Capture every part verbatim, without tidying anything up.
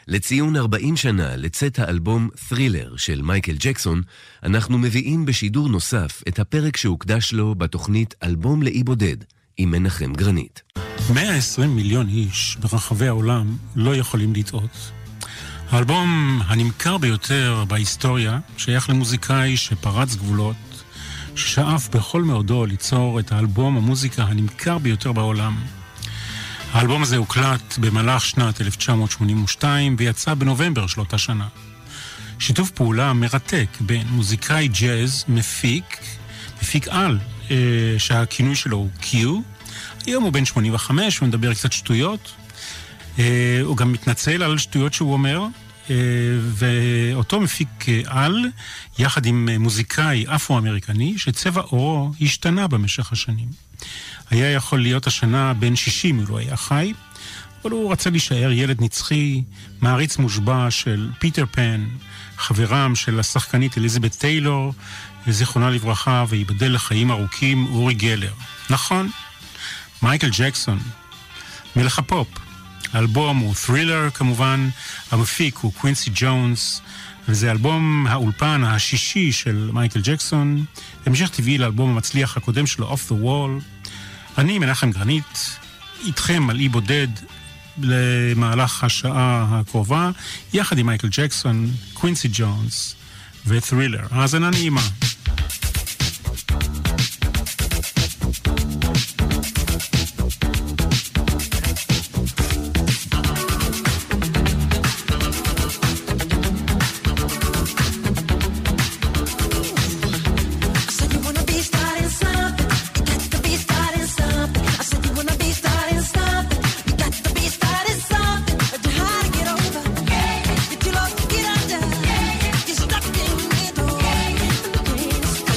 לציון ארבעים שנה לצאת האלבום Thriller של מייקל ג'קסון, אנחנו מביאים בשידור נוסף את הפרק שהוקדש לו בתוכנית אלבום לאי בודד עם מנחם גרנית. מאה ועשרים מיליון איש ברחבי העולם לא יכולים לטעות. האלבום הנמכר ביותר בהיסטוריה שייך למוזיקאי שפרץ גבולות, ששאף בכל מאודו ליצור את האלבום המוזיקה הנמכר ביותר בעולם. האלבום הזה הוקלט במהלך שנת אלף תשע מאות שמונים ושתיים ויצא בנובמבר של אותה שנה. שיתוף פעולה מרתק בין מוזיקאי ג'אז, מפיק, מפיק על, שהכינוי שלו הוא קיו. היום הוא בן שמונים וחמש ומדבר קצת שטויות. הוא גם מתנצל על שטויות שהוא אומר. ואותו מפיק על, יחד עם מוזיקאי אפרו-אמריקני, שצבע אורו השתנה במשך השנים. היה יכול להיות השנה בן שישים אילו היה חי, אבל הוא רצה להישאר ילד נצחי, מעריץ מושבע של פיטר פן, חברם של השחקנית אליזבת טיילור, זיכרונה לברכה, ויבדל לחיים ארוכים אורי גלר. נכון, מייקל ג'קסון, מלך הפופ. האלבום הוא Thriller כמובן, המפיק הוא קווינסי ג'ונס, וזה אלבום האולפן השישי של מייקל ג'קסון, המשך טבעי לאלבום המצליח הקודם שלו, Off the Wall. אני מנחם גרנית, איתכם על אי בודד למהלך השעה הקרובה, יחד עם מייקל ג'קסון, קווינסי ג'ונס ו-Thriller. האזנה נעימה. Stuck in the middle.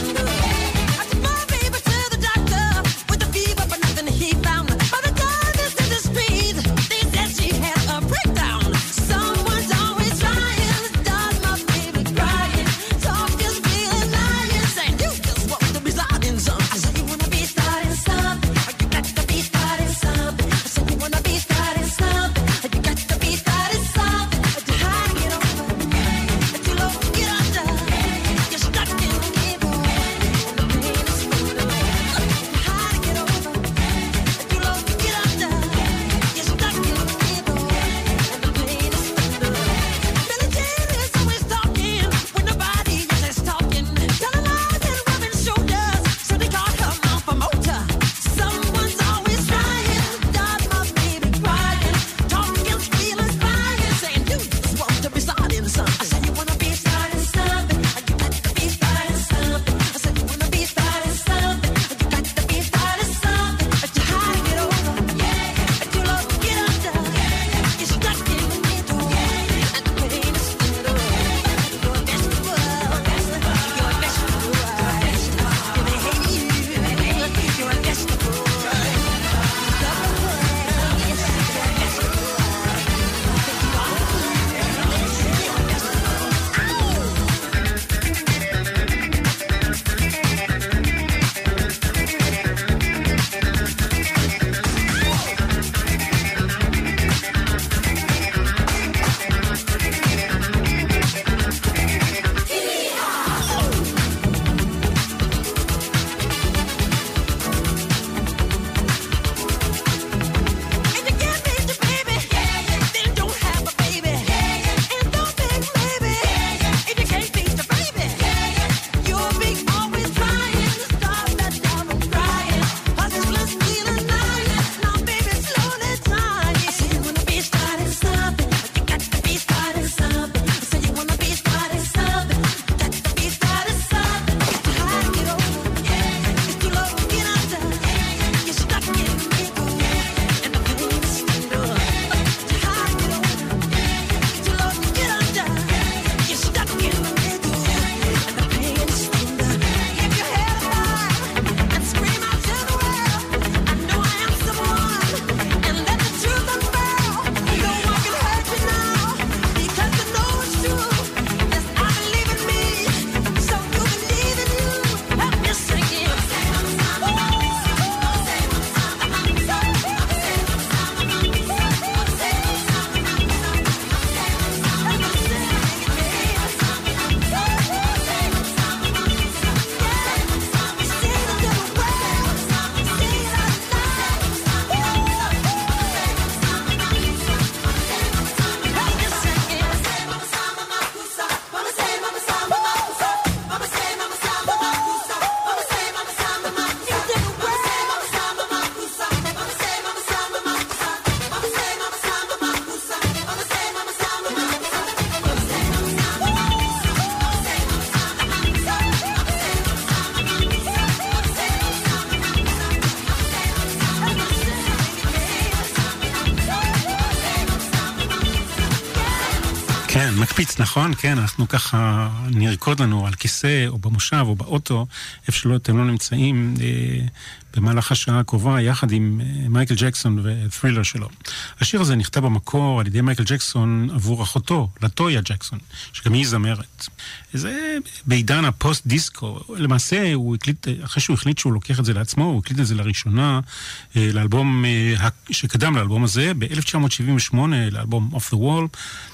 כן, מקפיץ, נכון? כן, אנחנו ככה נרקוד לנו על כיסא או במושב או באוטו, איפה שלא אתם לא נמצאים אה, במהלך השעה הקרובה, יחד עם אה, מייקל ג'קסון ות'רילר שלו. השיר הזה נכתב במקור על ידי מייקל ג'קסון עבור אחותו, לטויה ג'קסון, שגם היא זמרת. זה בעידן הפוסט דיסקו, למעשה הוא הקליט, אחרי שהוא החליט שהוא לוקח את זה לעצמו, הוא הקליט את זה לראשונה אה, לאלבום אה, שקדם לאלבום הזה, ב-אלף תשע מאות שבעים ושמונה, לאלבום Off the Wall,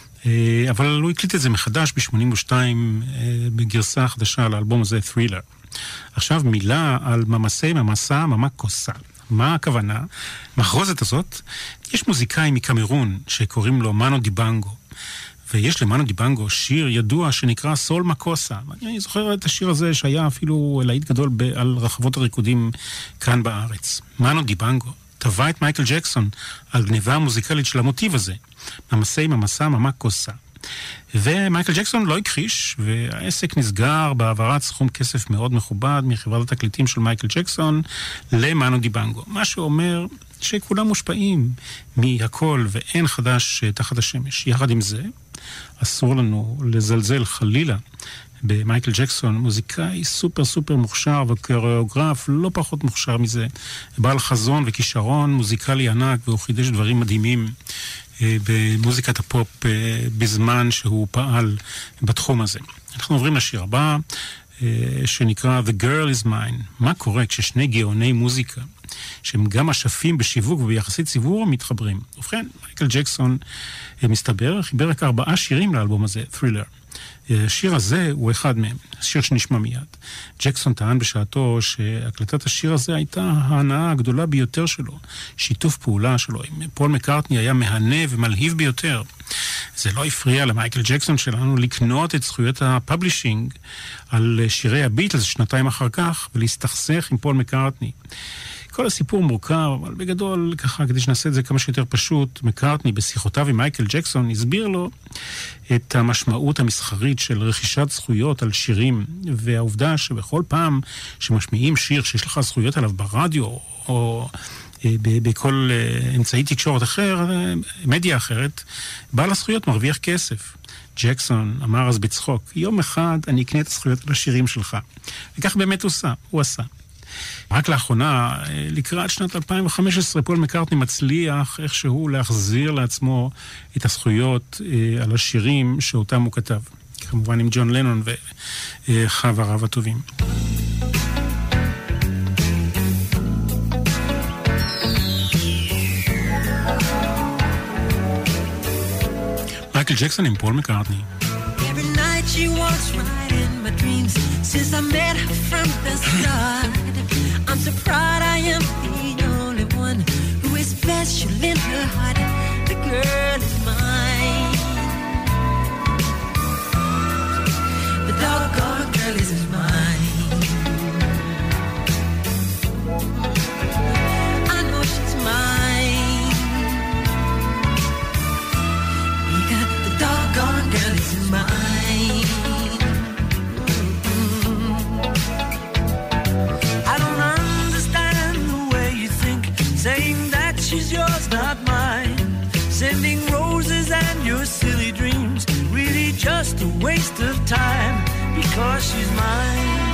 אבל הוא הקליט את זה מחדש ב-שמונים ושתיים בגרסה חדשה לאלבום הזה, ת'רילר. עכשיו מילה על ממסי ממסה ממק קוסה. מה הכוונה? מחרוזת הזאת, יש מוזיקאי מקמרון שקוראים לו מנו דיבנגו. ויש למנו דיבנגו שיר ידוע שנקרא סול מקוסה. אני זוכר את השיר הזה שהיה אפילו להיט גדול על רחבות הריקודים כאן בארץ. מנו דיבנגו טבע את מייקל ג'קסון על גניבה המוזיקלית של המוטיב הזה. ממסי ממסה ממק קוסה. ומייקל ג'קסון לא הכחיש, והעסק נסגר בהעברת סכום כסף מאוד מכובד מחברת התקליטים של מייקל ג'קסון למנו דיבנגו. מה שאומר שכולם מושפעים מהכל ואין חדש תחת השמש. יחד עם זה, אסור לנו לזלזל חלילה במייקל ג'קסון, מוזיקאי סופר סופר מוכשר וקוריאוגרף לא פחות מוכשר מזה, בעל חזון וכישרון מוזיקלי ענק, והוא חידש דברים מדהימים במוזיקת הפופ בזמן שהוא פעל בתחום הזה. אנחנו עוברים לשיר הבא שנקרא The Girl is Mine. מה קורה כששני גאוני מוזיקה שהם גם אשפים בשיווק וביחסית ציבור מתחברים? ובכן, מייקל ג'קסון מסתבר חיבר רק ארבעה שירים לאלבום הזה, ת'רילר. השיר הזה הוא אחד מהם, שיר שנשמע מיד. ג'קסון טען בשעתו שהקלטת השיר הזה הייתה ההנאה הגדולה ביותר שלו. שיתוף פעולה שלו עם פול מקארטני היה מהנה ומלהיב ביותר. זה לא הפריע למייקל ג'קסון שלנו לקנות את זכויות הפאבלישינג על שירי הביטלס שנתיים אחר כך ולהסתכסך עם פול מקארטני. כל הסיפור מורכב, אבל בגדול, ככה, כדי שנעשה את זה כמה שיותר פשוט, מקארטני בשיחותיו עם מייקל ג'קסון הסביר לו את המשמעות המסחרית של רכישת זכויות על שירים, והעובדה שבכל פעם שמשמיעים שיר שיש לך זכויות עליו ברדיו, או בכל אמצעי תקשורת אחר, מדיה אחרת, בעל הזכויות מרוויח כסף. ג'קסון אמר אז בצחוק, יום אחד אני אקנה את הזכויות על השירים שלך. וכך באמת הוא עשה, הוא עשה. רק לאחרונה, לקראת שנת אלפיים וחמש עשרה, פול מקארטני מצליח איכשהו להחזיר לעצמו את הזכויות על השירים שאותם הוא כתב. כמובן עם ג'ון לנון וחבריו הטובים. מייקל ג'קסון עם פול מקארטני. Every night she walks right in my dreams since I met her from the start. I'm so proud I am the only one who is special in her heart. The girl is mine. The doggone girl is mine. I know she's mine. Because the doggone girl is mine. Saying that she's yours, not mine. Sending roses and your silly dreams, really just a waste of time, because she's mine.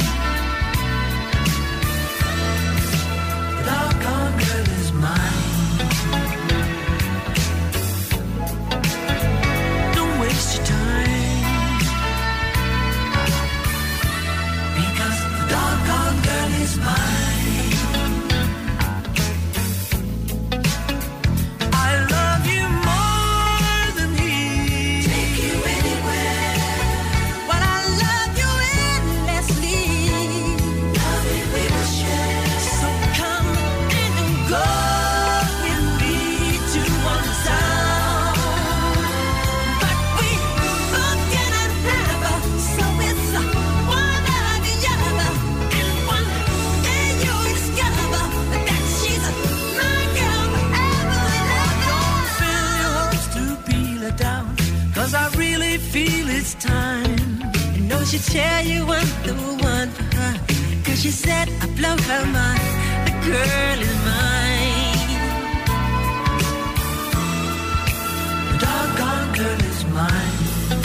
The doggone girl is mine. Don't waste your time, because the doggone girl is mine. She tell you I'm the one for her, 'cause she said I blow her mind. The girl is mine. The doggone girl is mine.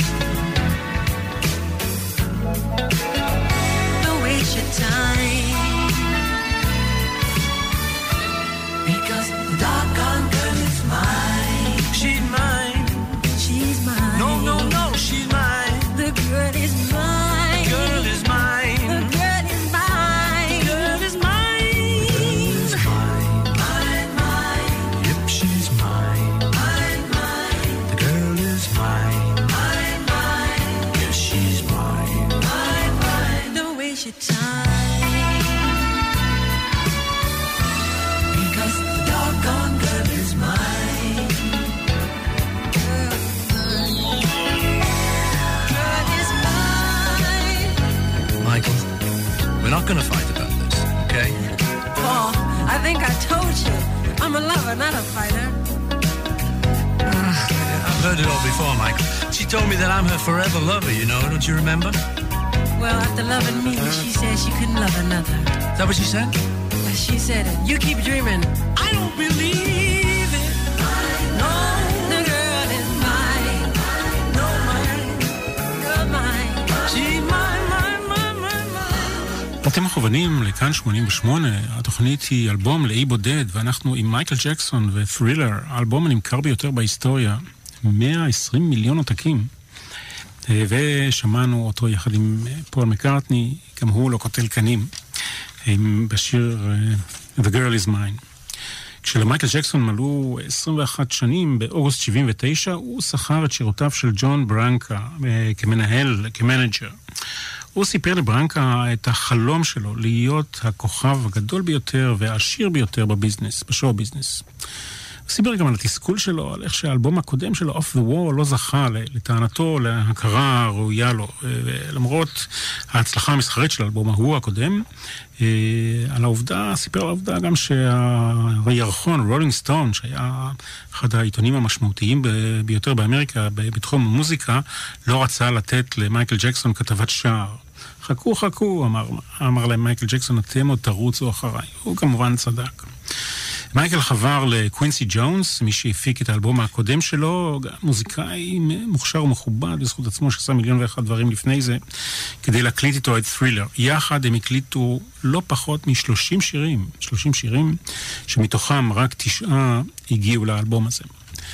going to fight about this, okay? Paul, I think I told you. I'm a lover, not a fighter. I've heard it all before, Michael. She told me that I'm her forever lover, you know, don't you remember? Well, after loving me, she said she couldn't love another. Is that what she said? She said, you keep dreaming. I don't believe it. No, the girl is mine. No, mine. Girl, mine. She mine, mine, mine, mine, mine. אתם מכוונים לכאן שמונים ושמונה, התוכנית היא אלבום לאי בודד, ואנחנו עם מייקל ג'קסון ות'רילר, האלבום הנמכר ביותר בהיסטוריה, מאה ועשרים מיליון עותקים. ושמענו אותו יחד עם פול מקארטני, גם הוא לא קוטל קנים, בשיר uh, The Girl is Mine. כשלמייקל ג'קסון מלאו עשרים ואחת שנים, באוגוסט שבעים ותשע, הוא שכר את שירותיו של ג'ון ברנקה uh, כמנהל, כמנג'ר. הוא סיפר לברנקה את החלום שלו להיות הכוכב הגדול ביותר והעשיר ביותר בביזנס, בשואו ביזנס. הוא סיפר גם על התסכול שלו, על איך שהאלבום הקודם שלו, Off the Wall, לא זכה לטענתו, להכרה הראויה לו. למרות ההצלחה המסחרית של האלבום ההוא הקודם, על העובדה, סיפר על העובדה גם שהירחון, רולינג סטון, שהיה אחד העיתונים המשמעותיים ביותר באמריקה, בתחום המוזיקה, לא רצה לתת למייקל ג'קסון כתבת שער. חכו, חכו, אמר, אמר להם מייקל ג'קסון, אתם עוד תרוצו אחריי. הוא כמובן צדק. מייקל חבר לקווינסי ג'ונס, מי שהפיק את האלבום הקודם שלו, מוזיקאי מוכשר ומכובד בזכות עצמו, שעשה מיליון ואחד דברים לפני זה, כדי להקליט איתו את ת'רילר. יחד הם הקליטו לא פחות מ-שלושים שירים, שלושים שירים, שמתוכם רק תשעה הגיעו לאלבום הזה.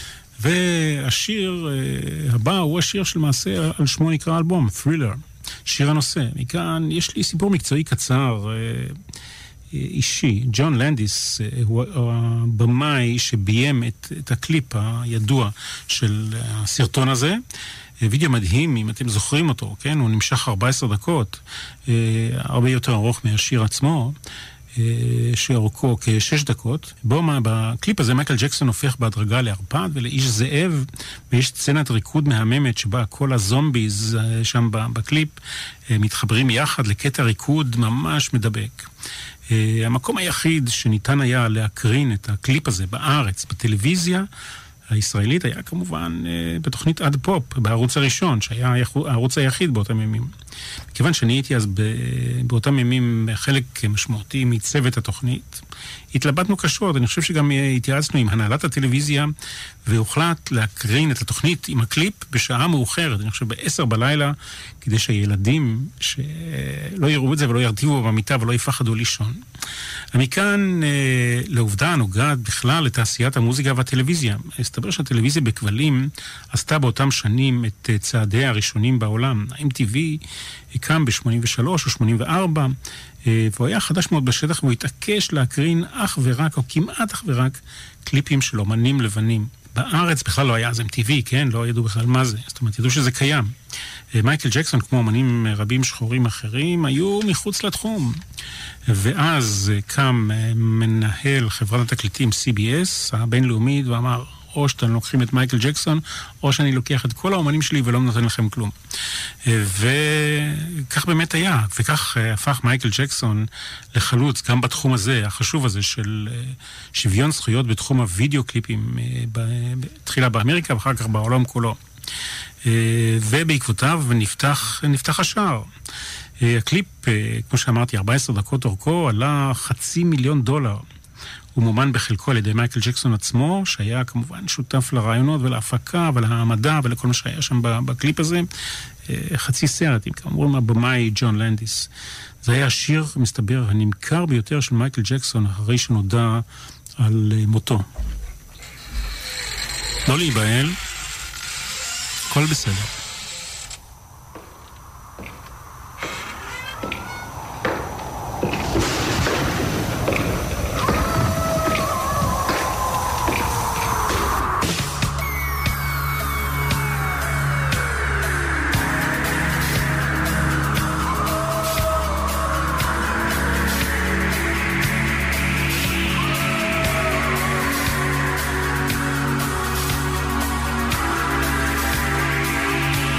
והשיר הבא הוא השיר של מעשה על שמו נקרא אלבום, ת'רילר, שיר הנושא. מכאן יש לי סיפור מקצועי קצר, אישי. ג'ון לנדיס הוא הבמאי שביים את, את הקליפ הידוע של הסרטון הזה. וידאו מדהים, אם אתם זוכרים אותו, כן? הוא נמשך ארבע עשרה דקות, הרבה יותר ארוך מהשיר עצמו, שאורכו כשש דקות. בו, בקליפ הזה מייקל ג'קסון הופך בהדרגה לערפד ולאיש זאב, ויש סצנת ריקוד מהממת שבה כל הזומביז שם בקליפ מתחברים יחד לקטע ריקוד ממש מדבק. המקום היחיד שניתן היה להקרין את הקליפ הזה בארץ, בטלוויזיה הישראלית, היה כמובן בתוכנית עד פופ, בערוץ הראשון, שהיה הערוץ היחיד באותם ימים. מכיוון שאני הייתי אז באותם ימים חלק משמעותי מצוות התוכנית, התלבטנו קשות, אני חושב שגם התייעצנו עם הנהלת הטלוויזיה, והוחלט להקרין את התוכנית עם הקליפ בשעה מאוחרת, אני חושב בעשר בלילה, כדי שהילדים שלא יראו את זה ולא ירטיבו במיטה ולא יפחדו לישון. ומכאן אה, לעובדה הנוגעת בכלל לתעשיית המוזיקה והטלוויזיה. הסתבר שהטלוויזיה בכבלים עשתה באותם שנים את uh, צעדיה הראשונים בעולם. ה-אם טי וי הקם ב-שמונים ושלוש או שמונים וארבע, אה, והוא היה חדש מאוד בשטח, והוא התעקש להקרין אך ורק, או כמעט אך ורק, קליפים של אומנים לבנים. בארץ בכלל לא היה אז אם טי וי, כן? לא ידעו בכלל מה זה. זאת אומרת, ידעו שזה קיים. מייקל ג'קסון, כמו אומנים רבים שחורים אחרים, היו מחוץ לתחום. ואז קם מנהל חברת התקליטים סי בי אס, הבינלאומית, ואמר, או שאתם לוקחים את מייקל ג'קסון, או שאני לוקח את כל האומנים שלי ולא נותן לכם כלום. וכך באמת היה, וכך הפך מייקל ג'קסון לחלוץ, גם בתחום הזה, החשוב הזה, של שוויון זכויות בתחום הוידאו קליפים, בתחילה באמריקה ואחר כך בעולם כולו. ובעקבותיו נפתח, נפתח השער. הקליפ, כמו שאמרתי, ארבע עשרה דקות אורכו, עלה חצי מיליון דולר. הוא מומן בחלקו על ידי מייקל ג'קסון עצמו, שהיה כמובן שותף לרעיונות ולהפקה ולהעמדה ולכל מה שהיה שם בקליפ הזה. חצי סרט, אם כאמורים, הבמאי ג'ון לנדיס. זה היה השיר, מסתבר, הנמכר ביותר של מייקל ג'קסון, אחרי שנודע על מותו. לא להיבהל, הכל בסדר. Thriller.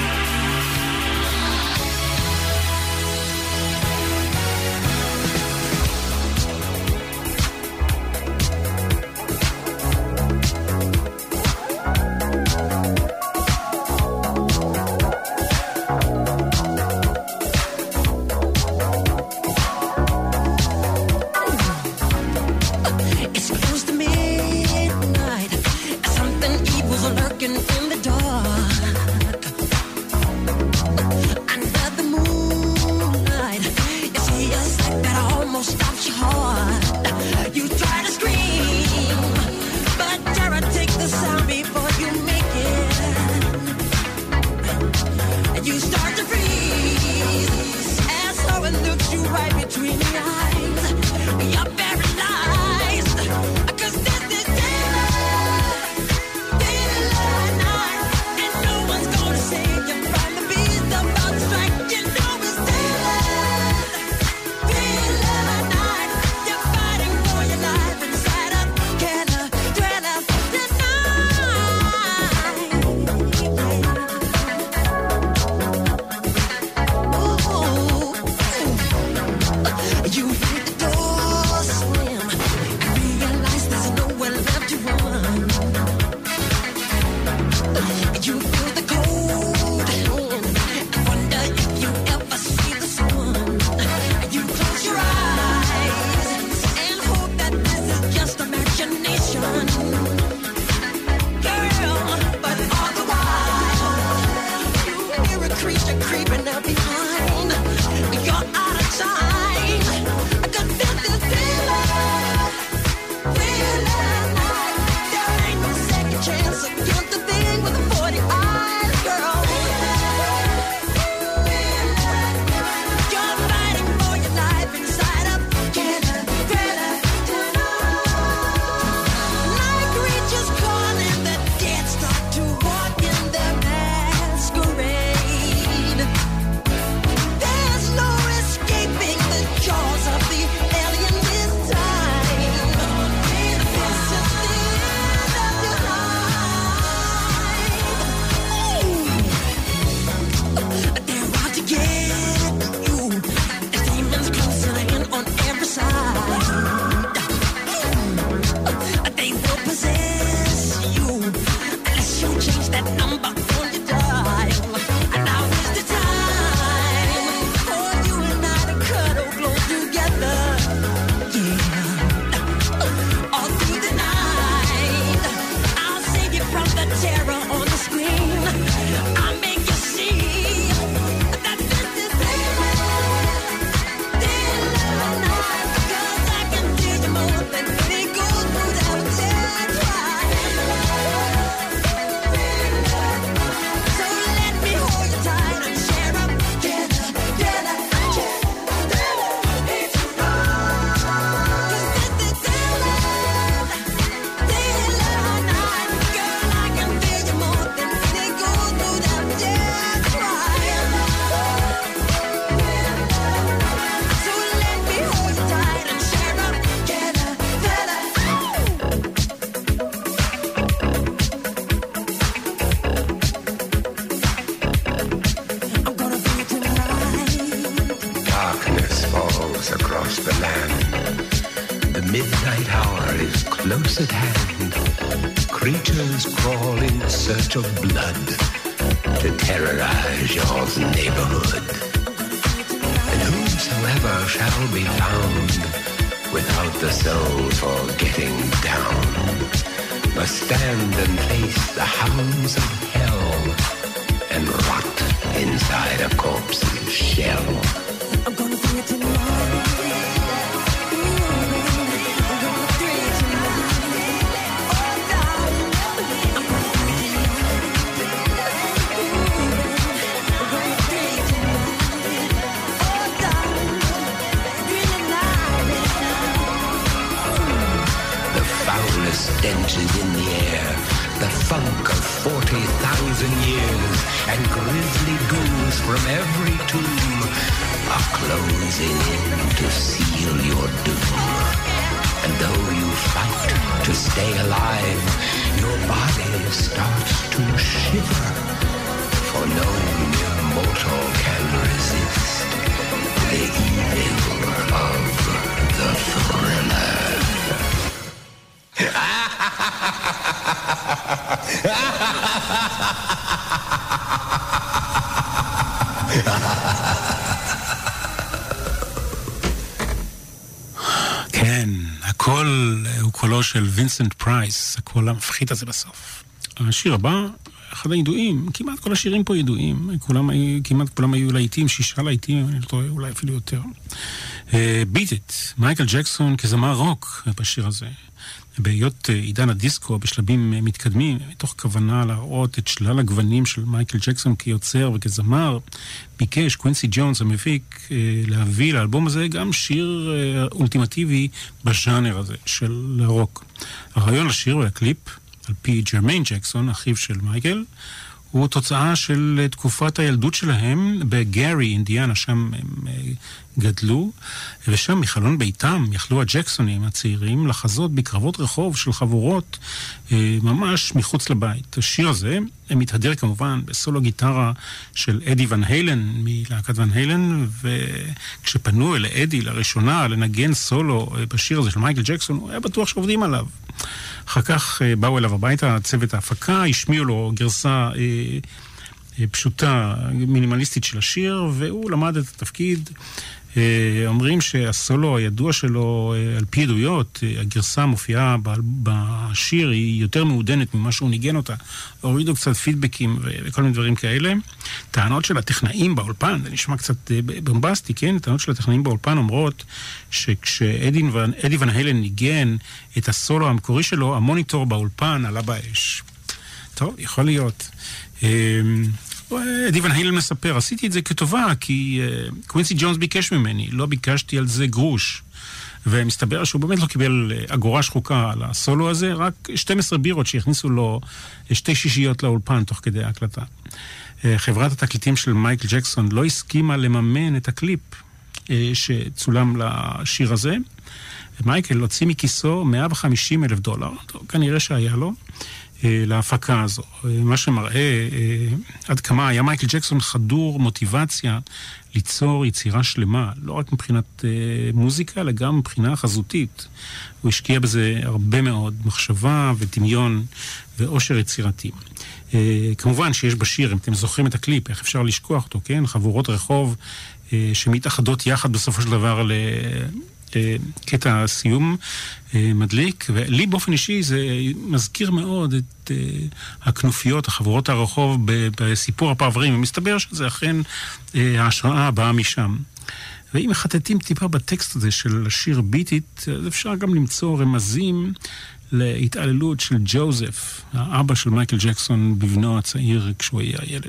creature creeping up behind. You're out of time. I could feel this feeling, feeling like there ain't no second chance against the thing with the forty eyes, girl. You're fighting for your life inside of Thriller, Thriller. Night creatures calling, the dead start to walk in their masquerade. There's no escaping the jaws of the alien this time. This is the end of your life. They're out to get you. The demons closing in on every side. They will possess you unless you change that number on your dial. And now is the time for you and I to cuddle close together. Yeah, all through the night, I'll save you from the terror on the screen. I'll make you see that this is Thriller, Thriller night. 'Cause I can feel you more than any goes through that dead cry. So let me hold you tight and share up together, together, together. It's a ride. 'Cause this is Thriller, Thriller night. Girl, I can feel you more than any goes through that dead cry. So let me hold you tight and share up together, together. I'm gonna feel you tonight. Darkness falls across the land. The midnight hour is close at hand. Creatures crawl in search of blood to terrorize your neighborhood. And whomsoever shall be found without the soul for getting down must stand and face the hounds of hell and rot inside a corpse's shell. I'm gonna feel you tonight. I'm gonna feel you tonight. Oh, darling, I'm gonna feel you tonight. I'm gonna feel you tonight. Oh, darling, feel the night. The foulest stench is in the air, the funk of forty thousand years, and grisly ghouls from every tomb are closing in to seal your doom. And though you fight to stay alive, your body starts to shiver, for no mere mortal can resist the evil of the Thriller. כן, הקול הוא קולו של וינסנט פרייס, הקול המפחיד הזה בסוף. השיר הבא, אחד הידועים, כמעט כל השירים פה ידועים, כולם, כמעט כולם היו להיטים, שישה להיטים, אני לא טועה, אולי אפילו יותר. Beat It, מייקל ג'קסון כזמר רוק בשיר הזה. בהיות עידן הדיסקו בשלבים מתקדמים, מתוך כוונה להראות את שלל הגוונים של מייקל ג'קסון כיוצר וכזמר, ביקש קווינסי ג'ונס המפיק להביא לאלבום הזה גם שיר אולטימטיבי בז'אנר הזה של רוק. הרעיון לשיר והקליפ, על פי ג'רמיין ג'קסון, אחיו של מייקל, הוא תוצאה של תקופת הילדות שלהם בגארי, אינדיאנה, שם הם גדלו, ושם מחלון ביתם יכלו הג'קסונים הצעירים לחזות בקרבות רחוב של חבורות ממש מחוץ לבית. השיר הזה מתהדר כמובן בסולו גיטרה של אדי ון היילן מלהקת ון היילן, וכשפנו אל אדי לראשונה לנגן סולו בשיר הזה של מייקל ג'קסון, הוא היה בטוח שעובדים עליו. אחר כך באו אליו הביתה צוות ההפקה, השמיעו לו גרסה פשוטה, מינימליסטית של השיר, והוא למד את התפקיד אומרים שהסולו הידוע שלו, על פי עדויות, הגרסה המופיעה בשיר היא יותר מעודנת ממה שהוא ניגן אותה. הורידו קצת פידבקים וכל מיני דברים כאלה. טענות של הטכנאים באולפן, זה נשמע קצת בומבסטי, כן? טענות של הטכנאים באולפן אומרות שכשאדי ון הלן ניגן את הסולו המקורי שלו, המוניטור באולפן עלה באש. טוב, יכול להיות. אדי ון הלן מספר, עשיתי את זה כטובה, כי קווינסי ג'ונס ביקש ממני, לא ביקשתי על זה גרוש. ומסתבר שהוא באמת לא קיבל אגורה שחוקה על הסולו הזה, רק שתים עשרה בירות שהכניסו לו שתי שישיות לאולפן תוך כדי ההקלטה. חברת התקליטים של מייקל ג'קסון לא הסכימה לממן את הקליפ שצולם לשיר הזה. מייקל הוציא מכיסו מאה וחמישים אלף דולר, כנראה שהיה לו, להפקה הזו. מה שמראה עד כמה היה מייקל ג'קסון חדור מוטיבציה ליצור יצירה שלמה, לא רק מבחינת מוזיקה, אלא גם מבחינה חזותית. הוא השקיע בזה הרבה מאוד מחשבה ודמיון ואושר יצירתי. כמובן שיש בשיר, אם אתם זוכרים את הקליפ, איך אפשר לשכוח אותו, כן? חבורות רחוב שמתאחדות יחד בסופו של דבר ל... קטע סיום מדליק, ולי באופן אישי זה מזכיר מאוד את הכנופיות, החבורות הרחוב בסיפור הפרברים, ומסתבר שזה אכן ההשראה הבאה משם. ואם מחטטים טיפה בטקסט הזה של השיר ביט-איט, אז אפשר גם למצוא רמזים להתעללות של ג'וזף, האבא של מייקל ג'קסון בבנו הצעיר כשהוא היה ילד.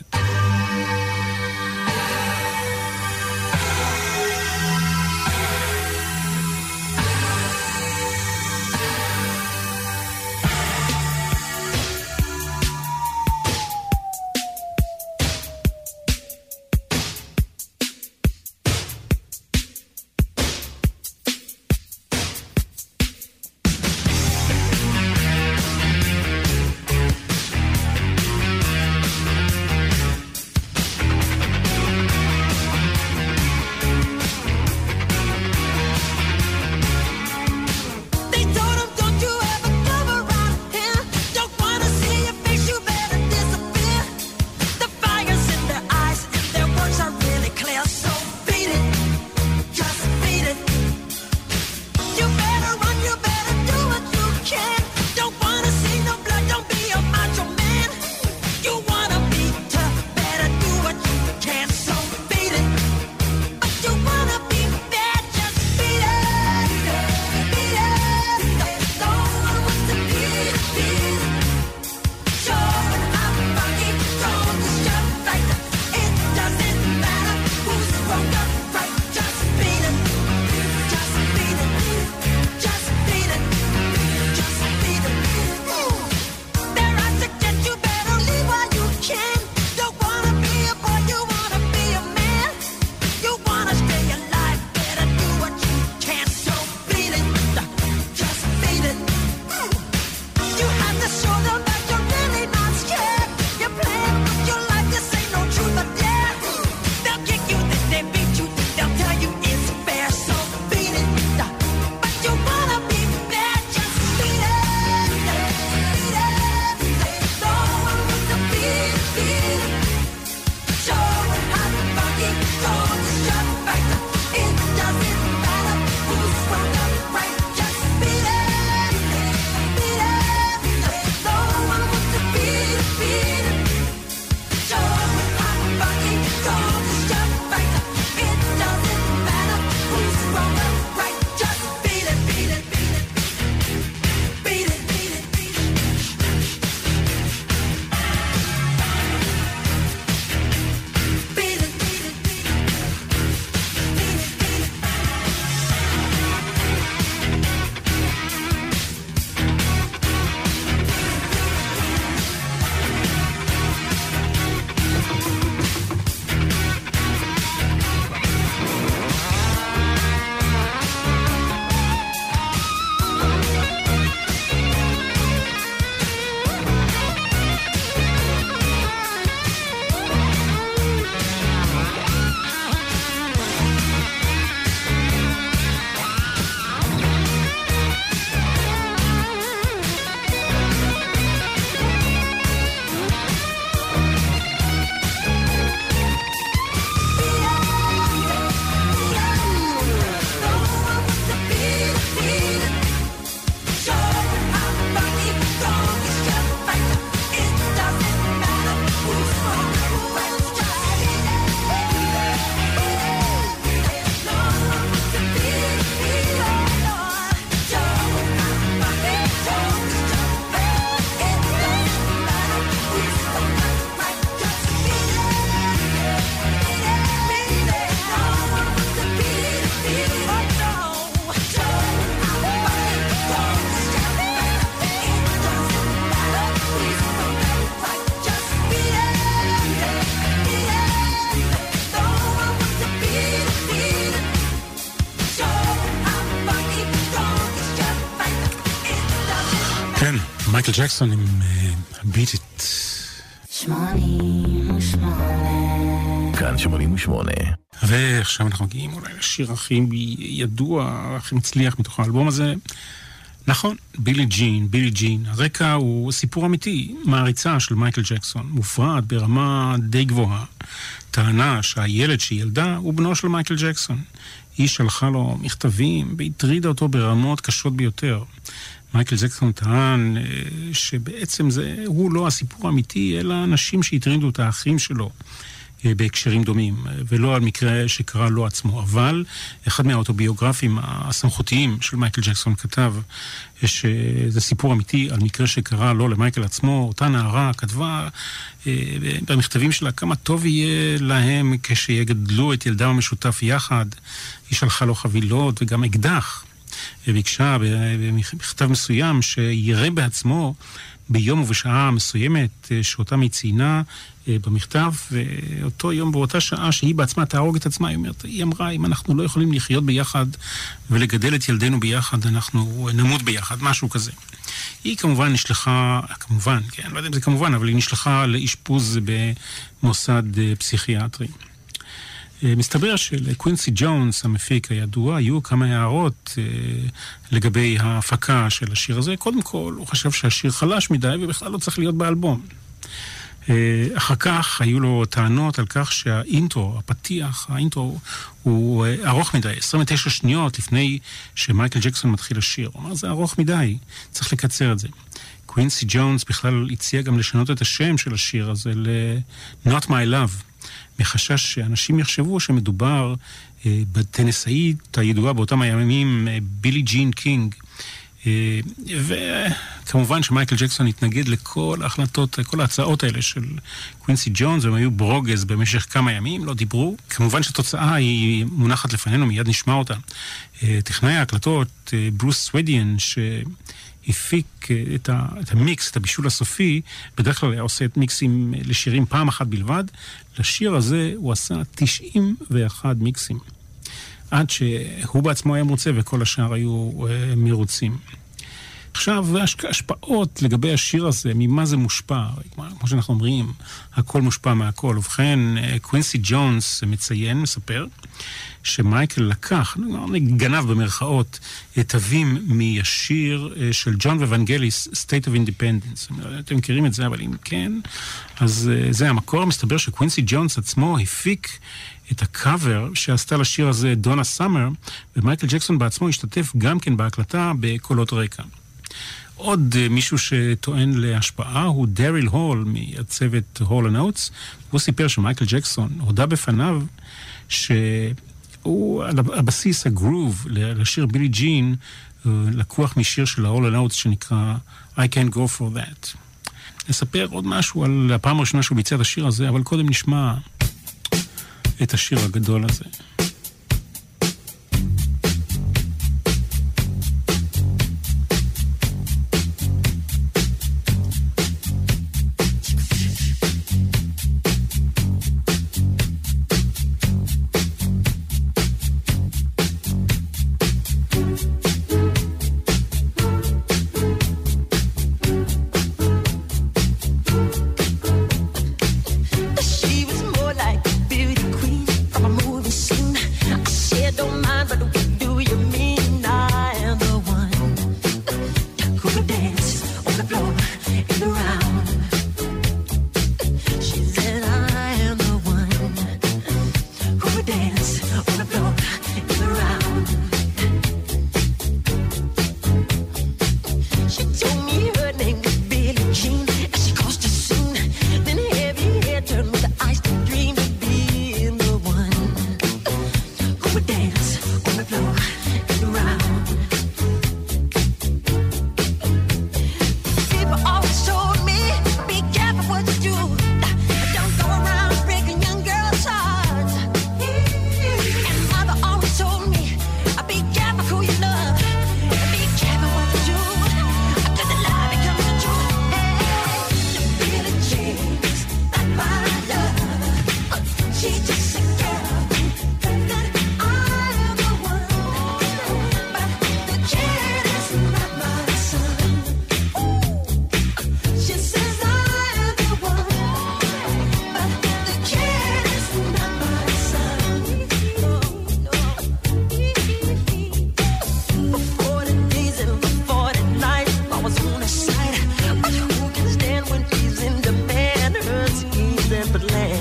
מייקל ג'קסון עם ביט איט. שמונים ושמונה כאן שמונים ושמונה. ועכשיו אנחנו מגיעים אולי לשיר הכי ידוע, הכי מצליח מתוך האלבום הזה. נכון, בילי ג'ין, בילי ג'ין. הרקע הוא סיפור אמיתי, מעריצה של מייקל ג'קסון, מופרד ברמה די גבוהה. טענה שהילד שילדה הוא בנו של מייקל ג'קסון. היא שלחה לו מכתבים והטרידה אותו ברמות קשות ביותר. מייקל ג'קסון טען שבעצם זה, הוא לא הסיפור האמיתי, אלא אנשים שהטרידו את האחים שלו בהקשרים דומים, ולא על מקרה שקרה לו עצמו. אבל אחד מהאוטוביוגרפים הסמכותיים של מייקל ג'קסון כתב שזה סיפור אמיתי על מקרה שקרה לו למייקל עצמו. אותה נערה כתבה במכתבים שלה כמה טוב יהיה להם כשיגדלו את ילדם המשותף יחד. היא שלחה לו חבילות וגם אקדח. ביקשה במכתב מסוים שיראה בעצמו ביום ובשעה מסוימת שאותה מציינה במכתב, ואותו יום באותה שעה שהיא בעצמה תהרוג את עצמה, היא, אומרת, היא אמרה, אם אנחנו לא יכולים לחיות ביחד ולגדל את ילדינו ביחד, אנחנו נמות ביחד, משהו כזה. היא כמובן נשלחה, כמובן, כן, לא יודע אם זה כמובן, אבל היא נשלחה לאשפוז במוסד פסיכיאטרי. מסתבר שלקווינסי ג'ונס, המפיק הידוע, היו כמה הערות אה, לגבי ההפקה של השיר הזה. קודם כל, הוא חשב שהשיר חלש מדי ובכלל לא צריך להיות באלבום. אה, אחר כך היו לו טענות על כך שהאינטרו, הפתיח, האינטרו הוא אה, ארוך מדי, עשרים ותשע שניות לפני שמייקל ג'קסון מתחיל לשיר. הוא אמר, זה ארוך מדי, צריך לקצר את זה. קווינסי ג'ונס בכלל הציע גם לשנות את השם של השיר הזה ל-Not My Love. מחשש שאנשים יחשבו שמדובר אה, בטנסאית הידועה באותם הימים, אה, בילי ג'ין קינג. אה, וכמובן שמייקל ג'קסון התנגד לכל ההחלטות, כל ההצעות האלה של קווינסי ג'ונס, והם היו ברוגז במשך כמה ימים, לא דיברו. כמובן שהתוצאה היא מונחת לפנינו, מיד נשמע אותה. אה, טכנאי ההקלטות, אה, ברוס סוודיאן, ש... הפיק את, ה, את המיקס, את הבישול הסופי, בדרך כלל היה עושה את מיקסים לשירים פעם אחת בלבד. לשיר הזה הוא עשה תשעים ואחת מיקסים. עד שהוא בעצמו היה מרוצה וכל השאר היו uh, מרוצים. עכשיו, השפעות לגבי השיר הזה, ממה זה מושפע? כמו שאנחנו אומרים, הכל מושפע מהכל. ובכן, קווינסי ג'ונס מציין, מספר, שמייקל לקח, גנב במרכאות, תווים מהשיר של ג'ון וונגליס, State of Independence. אתם מכירים את זה, אבל אם כן, אז זה המקור. מסתבר שקווינסי ג'ונס עצמו הפיק את הקאבר שעשתה לשיר הזה דונה סאמר, ומייקל ג'קסון בעצמו השתתף גם כן בהקלטה בקולות רקע. עוד מישהו שטוען להשפעה הוא דריל הול מהצוות הול אנד אוטס. הוא סיפר שמייקל ג'קסון הודע בפניו שהוא על הבסיס הגרוב לשיר בילי ג'ין לקוח משיר של ההול אנד אוטס שנקרא I Can't Go For That. נספר עוד משהו על הפעם הראשונה שהוא ביצע את השיר הזה, אבל קודם נשמע את השיר הגדול הזה.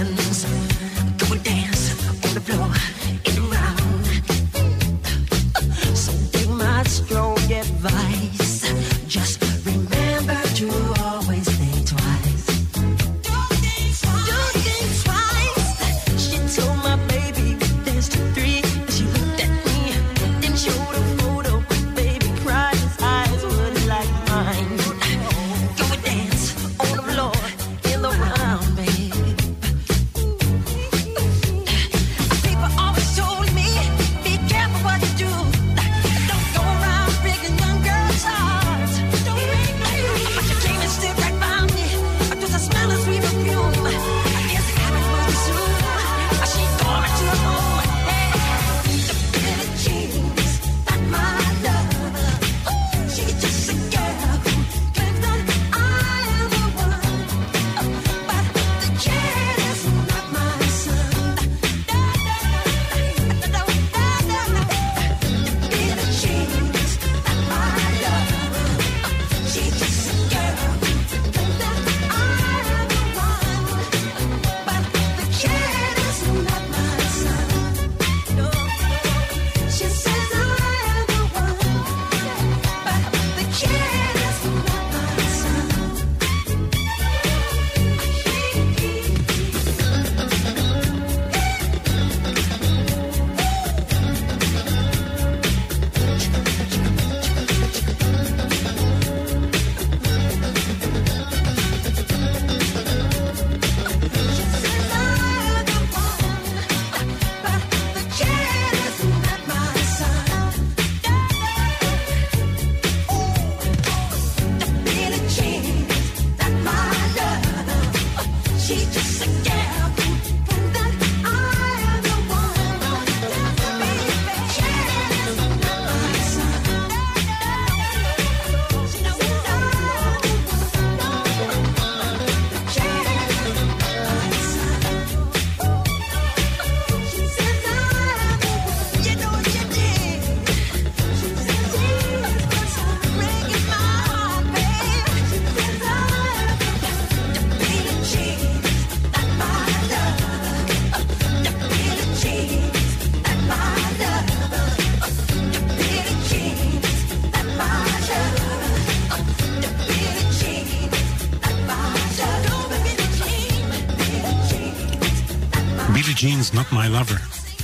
hands. Go and dance on the floor and around. So take my strong advice. Just remember to always think twice. Don't think twice. Don't think twice. She told my baby there's two, three. She looked at me, then showed a photo. Baby cried, his eyes were like mine. Go and dance on the floor in the round, baby. People always told me, be careful what you do. Don't go around breaking young girls' hearts. Don't break my heart. But you came and stood right by me. Through the smell of sweet perfume. I guess it happened pretty soon. She tore me to her home. Hey, the Billie Jeans, not my love. She's just a girl who claims that I am the one. But the kid is not my son. The Billie Jeans, not my love. She's just a girl who claims that I am the one. But the kid is not my son. No, she says I am the one. But the kid is not my son. She's just a girl who claims that I am the one. Baby, kid is not my son. No, no, the kid is not my son. She says I am the one. You know what you did. She says she's breaking my heart, babe. She says I am the one. The Billie Jeans, not my love. The Billie Jeans, not my love. The Billie Jeans, not my love. The Billie Jeans, not my love. Billie Jeans, Billie Jeans, not my בילי ג'ינס, Not My Lover.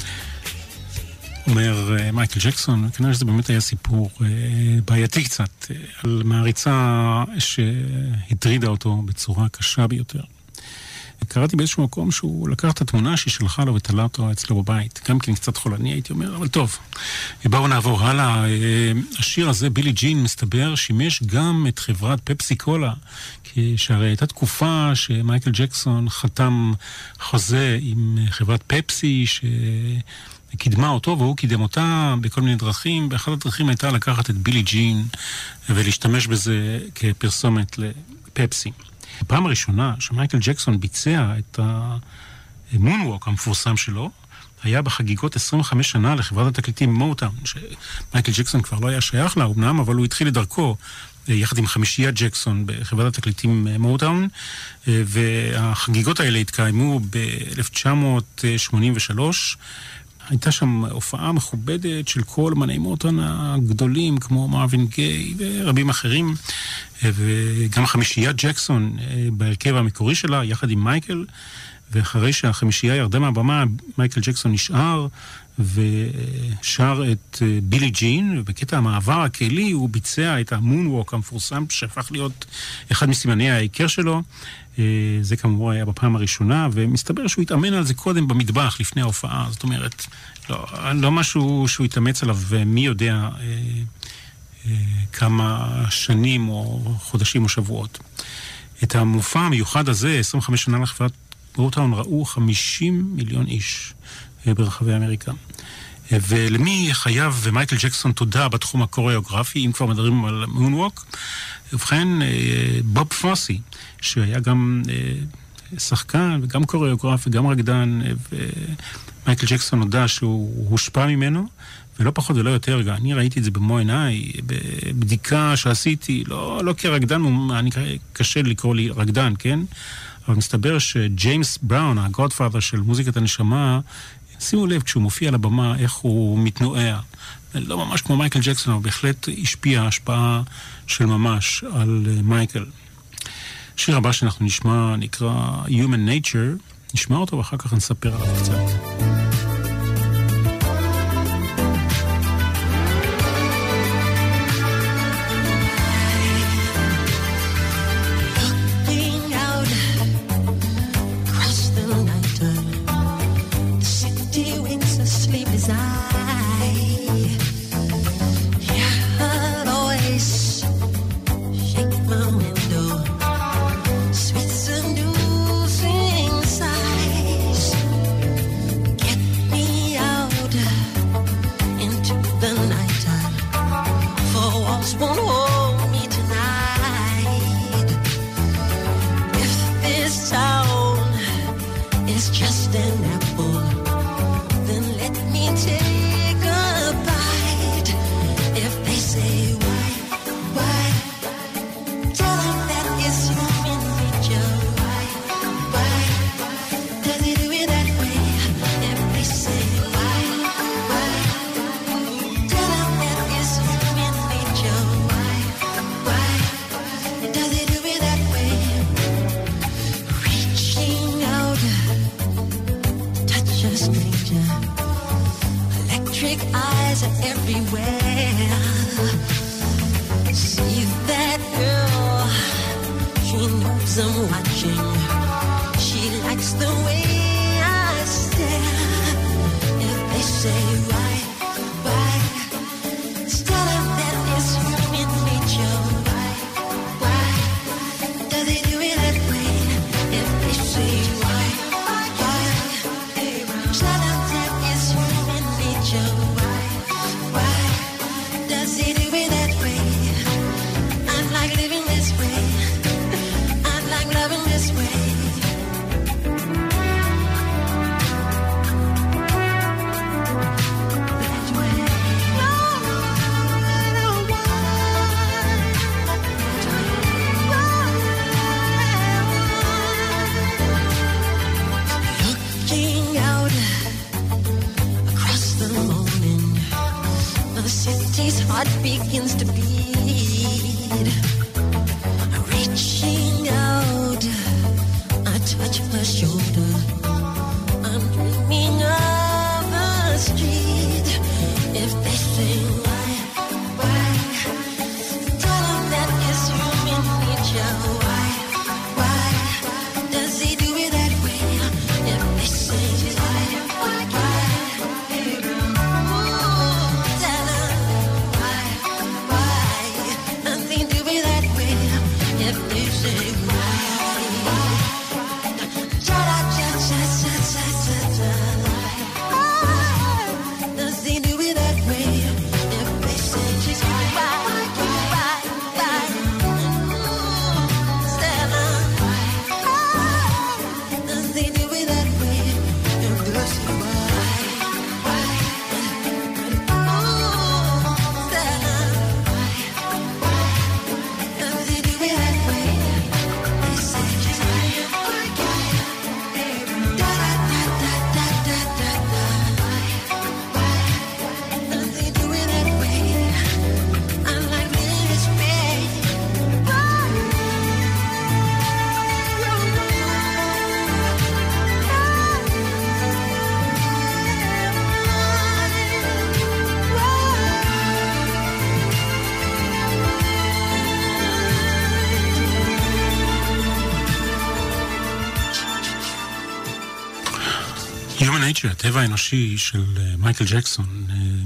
אומר אה, מייקל ג'קסון, וכנראה שזה באמת היה סיפור אה, בעייתי קצת, אה, על מעריצה שהטרידה אותו בצורה קשה ביותר. קראתי באיזשהו מקום שהוא לקח את התמונה שהיא שלחה לו ותלה אותו אצלו בבית. גם כן קצת חולני הייתי אומר, אבל טוב. בואו נעבור הלאה. אה, השיר הזה, בילי ג'ין, מסתבר, שימש גם את חברת פפסי קולה, שהרי הייתה תקופה שמייקל ג'קסון חתם חוזה עם חברת פפסי שקידמה אותו והוא קידם אותה בכל מיני דרכים. באחת הדרכים הייתה לקחת את בילי ג'ין ולהשתמש בזה כפרסומת לפפסי. הפעם הראשונה שמייקל ג'קסון ביצע את המונווק המפורסם שלו היה בחגיגות עשרים וחמש שנה לחברת התקליטים מוטאון, שמייקל ג'קסון כבר לא היה שייך לה אמנם, אבל הוא התחיל את דרכו יחד עם חמישיית ג'קסון בחברת התקליטים מוטאון, והחגיגות האלה התקיימו ב-אלף תשע מאות שמונים ושלוש. הייתה שם הופעה מכובדת של כל אמני מוטאון הגדולים, כמו מרווין גיי ורבים אחרים, וגם חמישיית ג'קסון בהרכב המקורי שלה, יחד עם מייקל, ואחרי שהחמישייה ירדה מהבמה, מייקל ג'קסון נשאר ושר את בילי ג'ין, ובקטע המעבר הכלי הוא ביצע את המונווק המפורסם שהפך להיות אחד מסימני העיקר שלו. זה כמובן היה בפעם הראשונה, ומסתבר שהוא התאמן על זה קודם במטבח לפני ההופעה, זאת אומרת, לא, לא משהו שהוא התאמץ עליו מי יודע כמה שנים או חודשים או שבועות. את המופע המיוחד הזה, עשרים וחמש שנה לחברת מוטאון, ראו חמישים מיליון איש ברחבי אמריקה. ולמי חייב מייקל ג'קסון תודה בתחום הקוריאוגרפי, אם כבר מדברים על מונווק? ובכן, בוב פוסי, שהיה גם שחקן וגם קוריאוגרף וגם רקדן, ומייקל ג'קסון הודע שהוא הושפע ממנו, ולא פחות ולא יותר, אני ראיתי את זה במו עיניי, בבדיקה שעשיתי, לא, לא כרקדן, אני קשה לקרוא לי רקדן, כן? אבל מסתבר שג'יימס בראון, הגודפאדר של מוזיקת הנשמה, שימו לב כשהוא מופיע על הבמה איך הוא מתנועע. לא ממש כמו מייקל ג'קסון, אבל בהחלט השפיע השפעה של ממש על מייקל. השיר הבא שאנחנו נשמע נקרא Human Nature, נשמע אותו ואחר כך נספר עליו קצת. הטבע האנושי של מייקל ג'קסון.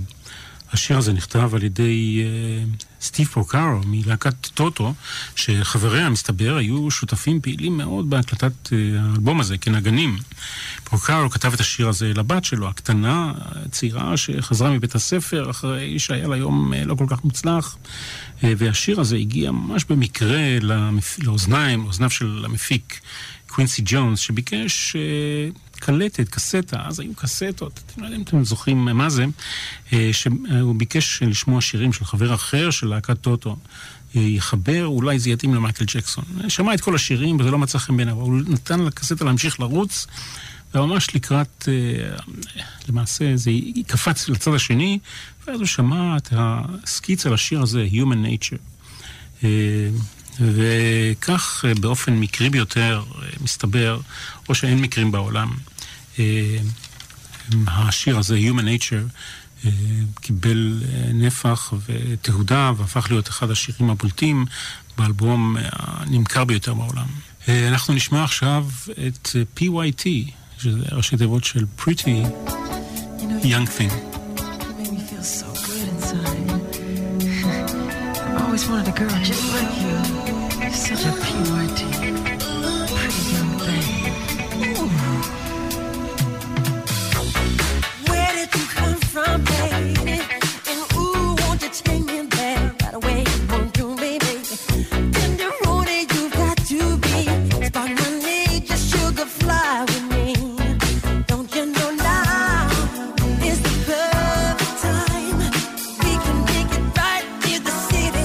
השיר הזה נכתב על ידי סטיב פרוקארו מלהקת טוטו, שחבריה מסתבר היו שותפים פעילים מאוד בהקלטת האלבום הזה כנגנים. פרוקארו כתב את השיר הזה לבת שלו, הקטנה, הצעירה שחזרה מבית הספר אחרי שהיה לה יום לא כל כך מוצלח, והשיר הזה הגיע ממש במקרה לאוזניים, לאוזניו של המפיק קווינסי ג'ונס, שביקש קלטת, קסטה, אז היו קסטות, אתם לא יודעים אם אתם זוכרים מה זה, שהוא ביקש לשמוע שירים של חבר אחר של להקת טוטו, יחבר, אולי זה יתאים למייקל ג'קסון. שמע את כל השירים, וזה לא מצא חן בעיניו, הוא נתן לקסטה להמשיך לרוץ, וממש לקראת, למעשה, זה קפץ לצד השני, ואז הוא שמע את הסקיץ על השיר הזה, Human Nature. וכך באופן מקרי ביותר מסתבר, או שאין מקרים בעולם, השיר הזה, Human Nature, קיבל נפח ותהודה, והפך להיות אחד השירים הבולטים באלבום הנמכר ביותר בעולם. אנחנו נשמע עכשיו את פי וואי טי, שזה ראשי תיבות של Pretty Young Thing. I always wanted a girl just like you. You're such a P Y T, pretty young thing. Ooh. Where did you come from, baby? And ooh, won't you take me there right away? Won't you, baby? Tender roadie, you've got to be. Spark my need, just sugar fly with me. Don't you know now is the perfect time? We can make it right near the city.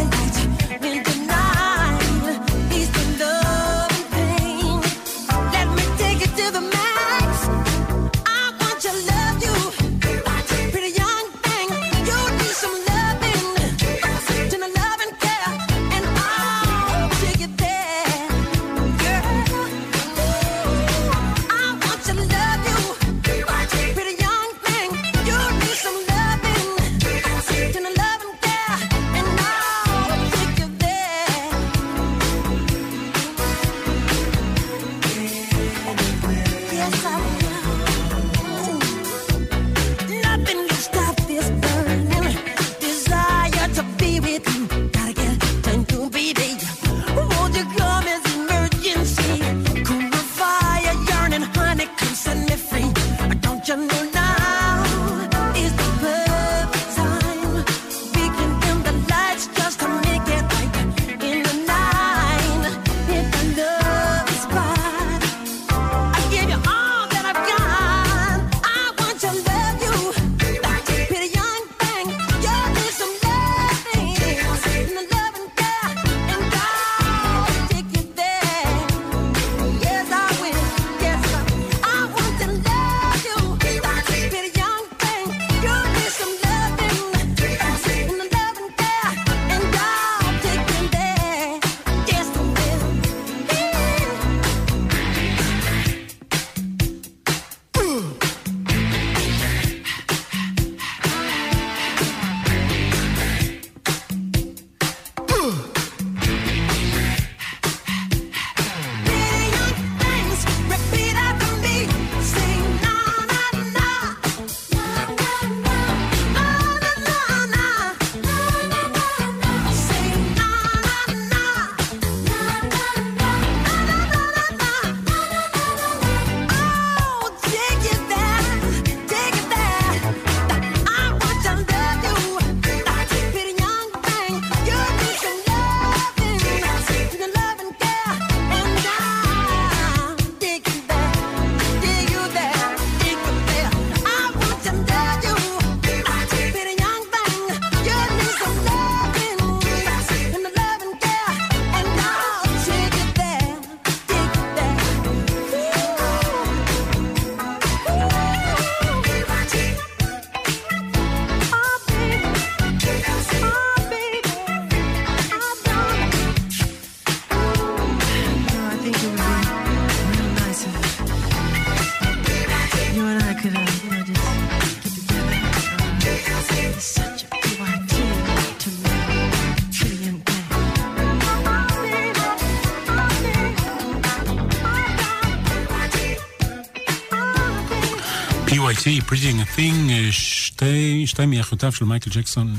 פי וואי טי, Pretty Young Thing, שתי, שתי מאחיותיו של מייקל ג'קסון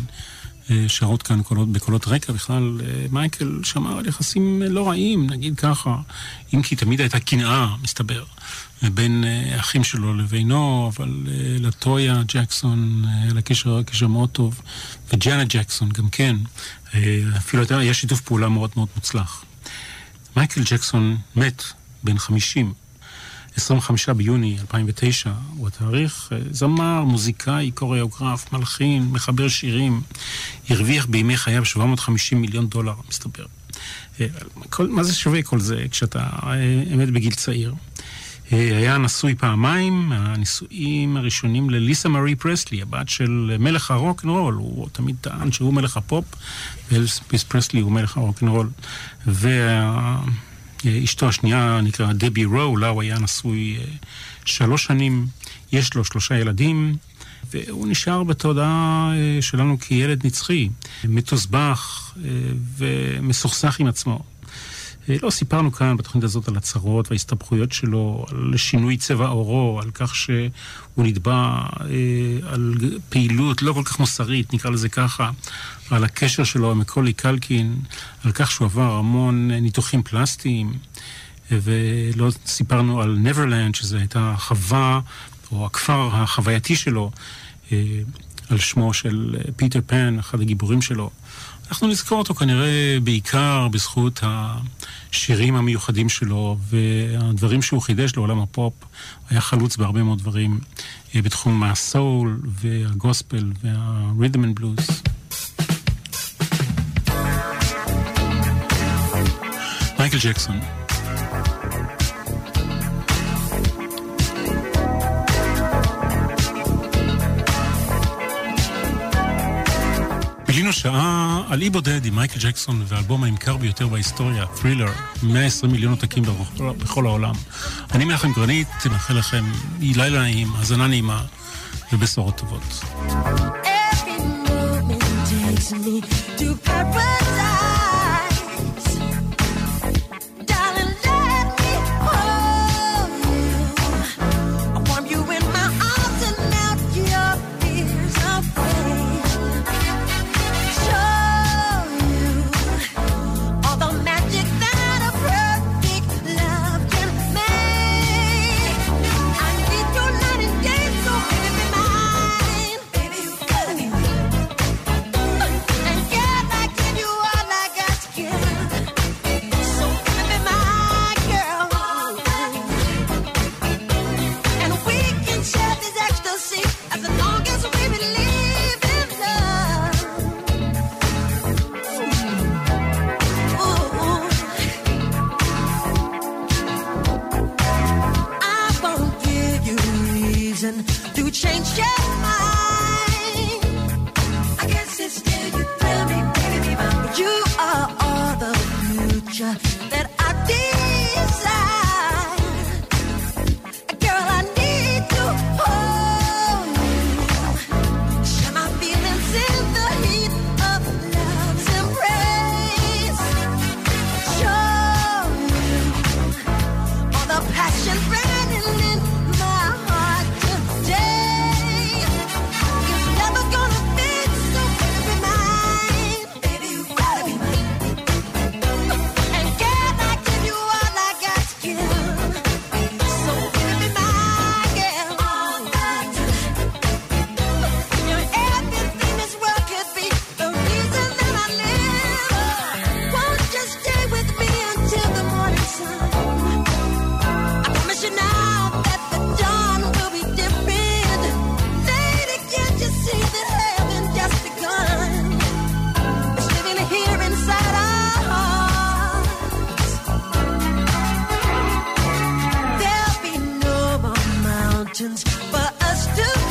שרות כאן קולות, בקולות רקע. בכלל מייקל שמר על יחסים לא רעים, נגיד ככה, אם כי תמיד הייתה קנאה, מסתבר, בין האחים שלו לבינו, אבל לטויה ג'קסון היה לה קשר, קשר מאוד טוב, וג'אנט ג'קסון גם כן, אפילו היה שיתוף פעולה מאוד מאוד מוצלח. מייקל ג'קסון מת בן חמישים. עשרים וחמישה ביוני אלפיים ותשע הוא התאריך. זמר, מוזיקאי, קוריאוגרף, מלחין, מחבר שירים. הרוויח בימי חייו שבע מאות וחמישים מיליון דולר, מסתבר. כל, מה זה שווה כל זה כשאתה אמת בגיל צעיר? היה נשוי פעמיים, הנישואים הראשונים לליסה מארי פרסלי, הבת של מלך הרוק'נ'רול. הוא תמיד טען שהוא מלך הפופ, ואלוויס פרסלי הוא מלך הרוק'נ'רול. ואשתו השנייה נקרא דבי רו, לה הוא היה נשוי שלוש שנים, יש לו שלושה ילדים, והוא נשאר בתודעה שלנו כילד נצחי, מתוסבך ומסוכסך עם עצמו. לא סיפרנו כאן בתוכנית הזאת על הצרות וההסתבכויות שלו, על שינוי צבע עורו, על כך שהוא נתבע על פעילות לא כל כך מוסרית, נקרא לזה ככה, על הקשר שלו עם מקולי קלקין, על כך שהוא עבר המון ניתוחים פלסטיים, ולא סיפרנו על נברלנד, שזו הייתה חווה, או הכפר החווייתי שלו, על שמו של פיטר פן, אחד הגיבורים שלו. אנחנו נזכור אותו כנראה בעיקר בזכות השירים המיוחדים שלו והדברים שהוא חידש לעולם הפופ. היה חלוץ בהרבה מאוד דברים בתחום הסול והגוספל והרית'ם אנד בלוז. מייקל ג'קסון. בילינו שעה על אי בודד עם מייקל ג'קסון והאלבום הממכר ביותר בהיסטוריה, Thriller, מאה ועשרים מיליון עותקים בכל העולם. אני מנחם גרנית, מאחל לכם לילה נעים, האזנה נעימה ובשורות טובות. Every moment takes me to paradise. Darling, let me hold you. I warm you in my arms and melt your fears away. To change your mind. I guess it's still you tell me, baby, but you are all the future that I desire. Girl, I need to hold you. Share my feelings in the heat of love's embrace. Show you all the passion burning in my heart. It's never gonna be so baby mine. Baby, you gotta be mine. And can I give you all I got to give? So baby, my girl. You're everything this world could be. The reason that I live. Won't you stay with me until the morning sun? I promise you now that the dawn will be different. Lady, can't you see that heaven just begun? It's living here inside our hearts. There'll be no more mountains for us to